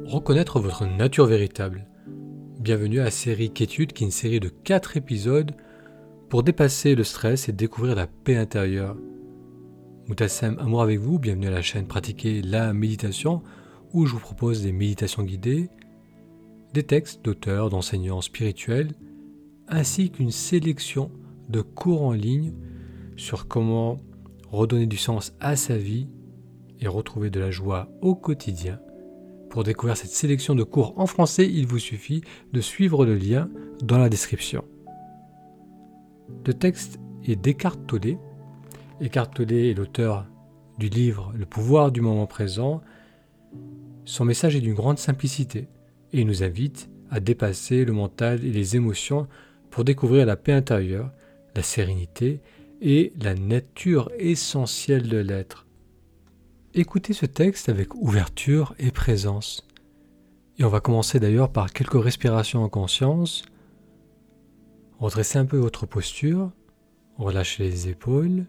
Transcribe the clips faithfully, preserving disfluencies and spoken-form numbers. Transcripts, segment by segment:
Reconnaître votre nature véritable. Bienvenue à la série Quiétude, qui est une série de quatre épisodes pour dépasser le stress et découvrir la paix intérieure. Moutassem, amour avec vous, bienvenue à la chaîne Pratiquer la méditation, où je vous propose des méditations guidées, des textes d'auteurs, d'enseignants spirituels, ainsi qu'une sélection de cours en ligne sur comment redonner du sens à sa vie et retrouver de la joie au quotidien. Pour découvrir cette sélection de cours en français, il vous suffit de suivre le lien dans la description. Le texte est d'Eckhart Tolle. Eckhart Tolle est l'auteur du livre « Le pouvoir du moment présent ». Son message est d'une grande simplicité et il nous invite à dépasser le mental et les émotions pour découvrir la paix intérieure, la sérénité et la nature essentielle de l'être. Écoutez ce texte avec ouverture et présence. Et on va commencer d'ailleurs par quelques respirations en conscience. Redressez un peu votre posture, relâchez les épaules.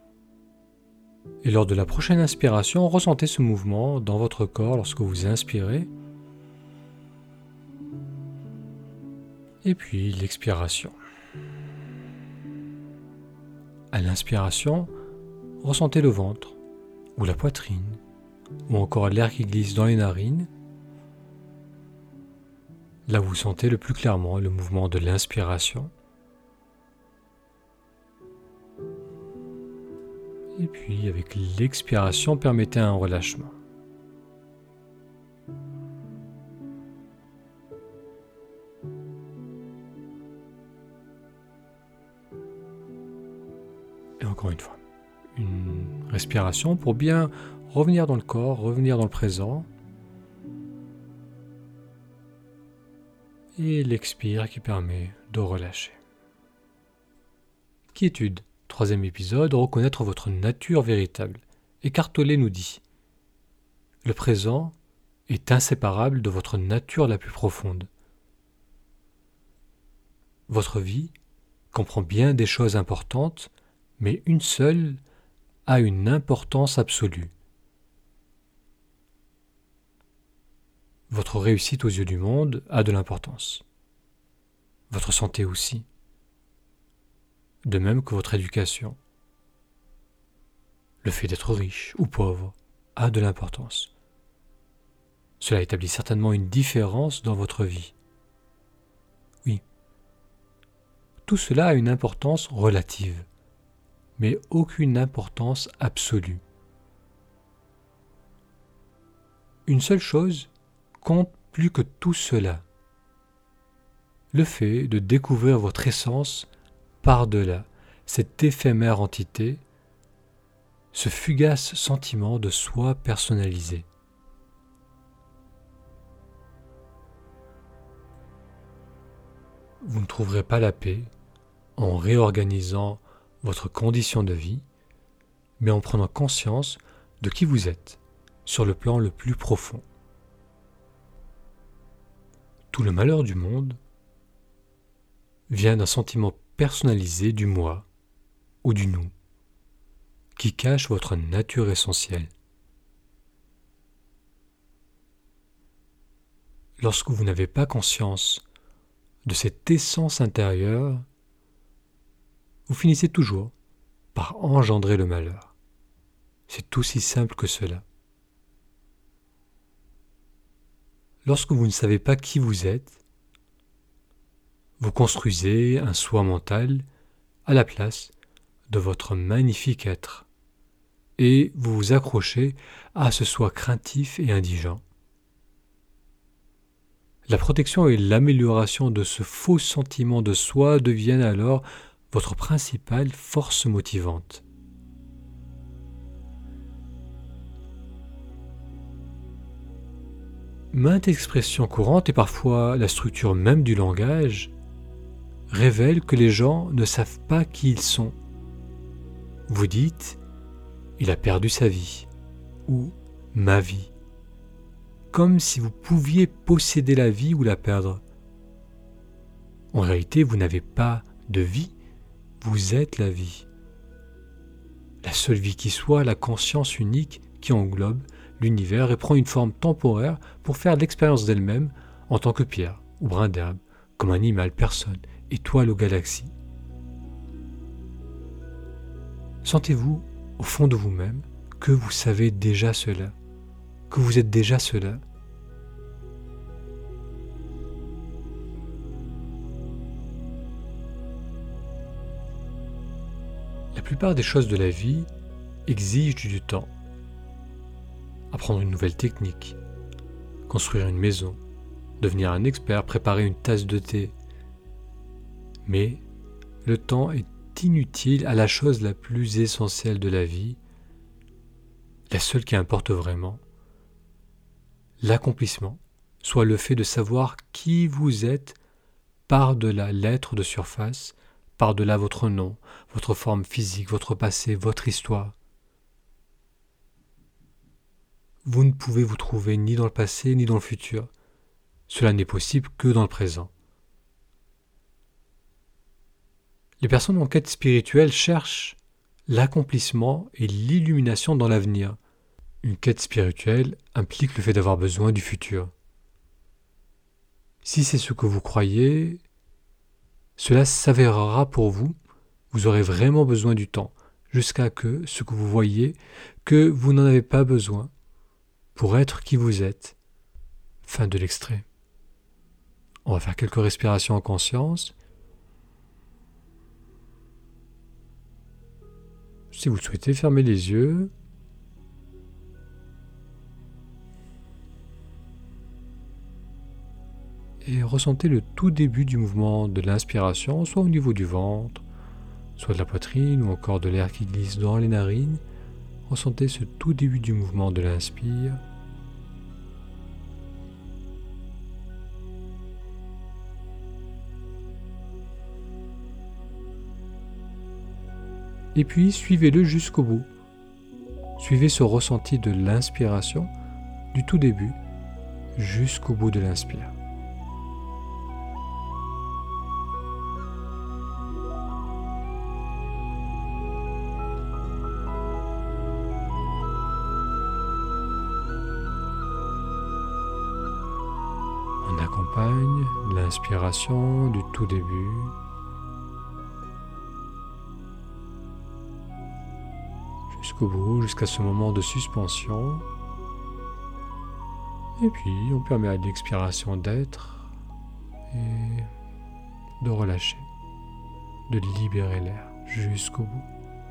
Et lors de la prochaine inspiration, ressentez ce mouvement dans votre corps lorsque vous inspirez. Et puis l'expiration. À l'inspiration, ressentez le ventre, ou la poitrine, ou encore l'air qui glisse dans les narines. Là vous sentez le plus clairement le mouvement de l'inspiration. Et puis avec l'expiration, permettez un relâchement. Et encore une fois, une respiration pour bien revenir dans le corps, revenir dans le présent. Et l'expire qui permet de relâcher. Quiétude, troisième épisode, reconnaître votre nature véritable. Eckhart Tolle nous dit : le présent est inséparable de votre nature la plus profonde. Votre vie comprend bien des choses importantes, mais une seule a une importance absolue. Votre réussite aux yeux du monde a de l'importance. Votre santé aussi. De même que votre éducation. Le fait d'être riche ou pauvre a de l'importance. Cela établit certainement une différence dans votre vie. Oui. Tout cela a une importance relative, mais aucune importance absolue. Une seule chose compte plus que tout cela. Le fait de découvrir votre essence par-delà cette éphémère entité, ce fugace sentiment de soi personnalisé. Vous ne trouverez pas la paix en réorganisant votre condition de vie, mais en prenant conscience de qui vous êtes sur le plan le plus profond. Tout le malheur du monde vient d'un sentiment personnalisé du moi ou du nous, qui cache votre nature essentielle. Lorsque vous n'avez pas conscience de cette essence intérieure, vous finissez toujours par engendrer le malheur. C'est aussi simple que cela. Lorsque vous ne savez pas qui vous êtes, vous construisez un soi mental à la place de votre magnifique être et vous vous accrochez à ce soi craintif et indigent. La protection et l'amélioration de ce faux sentiment de soi deviennent alors votre principale force motivante. Maintes expressions courantes et parfois la structure même du langage révèlent que les gens ne savent pas qui ils sont. Vous dites « il a perdu sa vie » ou « ma vie », comme si vous pouviez posséder la vie ou la perdre. En réalité, vous n'avez pas de vie, vous êtes la vie. La seule vie qui soit, la conscience unique qui englobe l'univers et prend une forme temporaire pour faire l'expérience d'elle-même en tant que pierre ou brin d'herbe, comme animal, personne, étoile ou galaxie. Sentez-vous, au fond de vous-même, que vous savez déjà cela, que vous êtes déjà cela. La plupart des choses de la vie exigent du temps. Apprendre une nouvelle technique, construire une maison, devenir un expert, préparer une tasse de thé. Mais le temps est inutile à la chose la plus essentielle de la vie, la seule qui importe vraiment, l'accomplissement, soit le fait de savoir qui vous êtes par-delà l'être de surface, par-delà votre nom, votre forme physique, votre passé, votre histoire. Vous ne pouvez vous trouver ni dans le passé ni dans le futur. Cela n'est possible que dans le présent. Les personnes en quête spirituelle cherchent l'accomplissement et l'illumination dans l'avenir. Une quête spirituelle implique le fait d'avoir besoin du futur. Si c'est ce que vous croyez, cela s'avérera pour vous. Vous aurez vraiment besoin du temps, jusqu'à que ce que vous voyez, que vous n'en avez pas besoin pour être qui vous êtes. Fin de l'extrait. On va faire quelques respirations en conscience. Si vous le souhaitez, fermez les yeux. Et ressentez le tout début du mouvement de l'inspiration, soit au niveau du ventre, soit de la poitrine, ou encore de l'air qui glisse dans les narines. Ressentez ce tout début du mouvement de l'inspire. Et puis suivez-le jusqu'au bout. Suivez ce ressenti de l'inspiration du tout début jusqu'au bout de l'inspire. On accompagne l'inspiration du tout début jusqu'au bout, jusqu'à ce moment de suspension. Et puis, on permet à l'expiration d'être et de relâcher, de libérer l'air jusqu'au bout.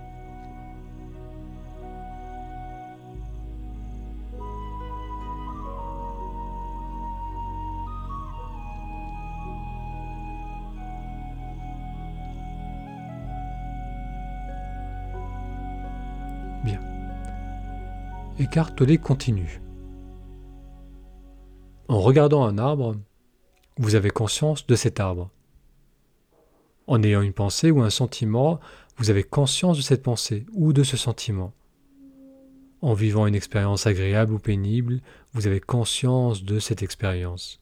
Bien. Écartelez continue. En regardant un arbre, vous avez conscience de cet arbre. En ayant une pensée ou un sentiment, vous avez conscience de cette pensée ou de ce sentiment. En vivant une expérience agréable ou pénible, vous avez conscience de cette expérience.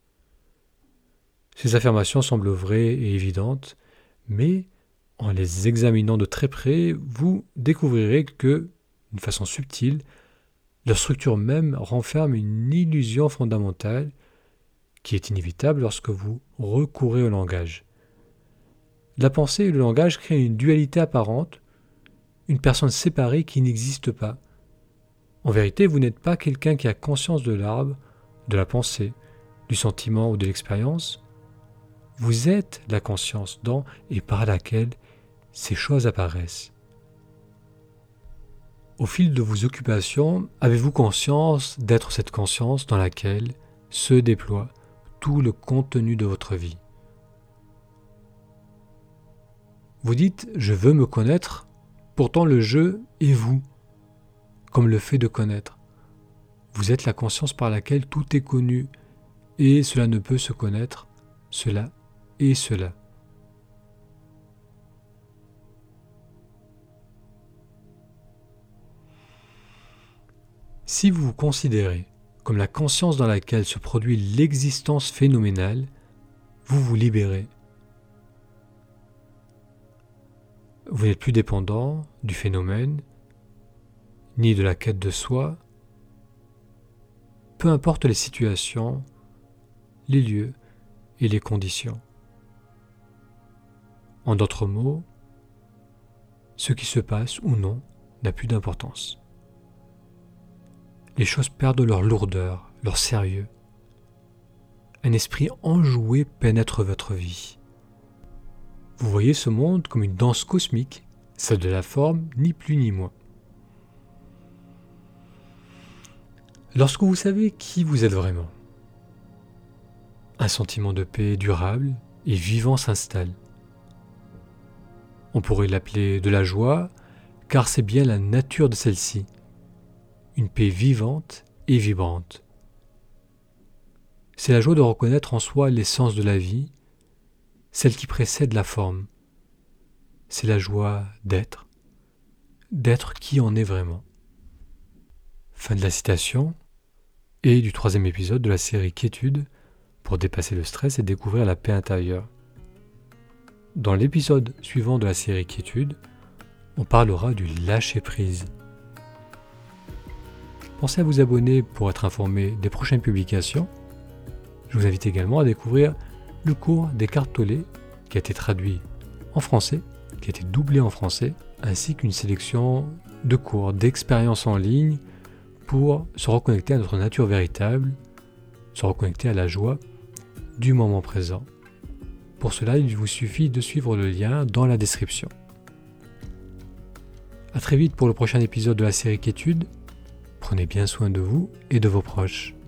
Ces affirmations semblent vraies et évidentes, mais en les examinant de très près, vous découvrirez que, d'une façon subtile, leur structure même renferme une illusion fondamentale qui est inévitable lorsque vous recourez au langage. La pensée et le langage créent une dualité apparente, une personne séparée qui n'existe pas. En vérité, vous n'êtes pas quelqu'un qui a conscience de l'arbre, de la pensée, du sentiment ou de l'expérience. Vous êtes la conscience dans et par laquelle ces choses apparaissent. Au fil de vos occupations, avez-vous conscience d'être cette conscience dans laquelle se déploie tout le contenu de votre vie? Vous dites « je veux me connaître », pourtant le « je » est vous, comme le fait de connaître. Vous êtes la conscience par laquelle tout est connu, et cela ne peut se connaître, cela est cela. Si vous vous considérez comme la conscience dans laquelle se produit l'existence phénoménale, vous vous libérez. Vous n'êtes plus dépendant du phénomène, ni de la quête de soi, peu importe les situations, les lieux et les conditions. En d'autres mots, ce qui se passe ou non n'a plus d'importance. Les choses perdent leur lourdeur, leur sérieux. Un esprit enjoué pénètre votre vie. Vous voyez ce monde comme une danse cosmique, celle de la forme, ni plus ni moins. Lorsque vous savez qui vous êtes vraiment, un sentiment de paix durable et vivant s'installe. On pourrait l'appeler de la joie, car c'est bien la nature de celle-ci, une paix vivante et vibrante. C'est la joie de reconnaître en soi l'essence de la vie, celle qui précède la forme. C'est la joie d'être, d'être qui on est vraiment. Fin de la citation et du troisième épisode de la série Quiétude pour dépasser le stress et découvrir la paix intérieure. Dans l'épisode suivant de la série Quiétude, on parlera du lâcher-prise. Pensez à vous abonner pour être informé des prochaines publications. Je vous invite également à découvrir le cours des cartes Tollé qui a été traduit en français, qui a été doublé en français, ainsi qu'une sélection de cours, d'expériences en ligne pour se reconnecter à notre nature véritable, se reconnecter à la joie du moment présent. Pour cela, il vous suffit de suivre le lien dans la description. À très vite pour le prochain épisode de la série Quiétude. Prenez bien soin de vous et de vos proches.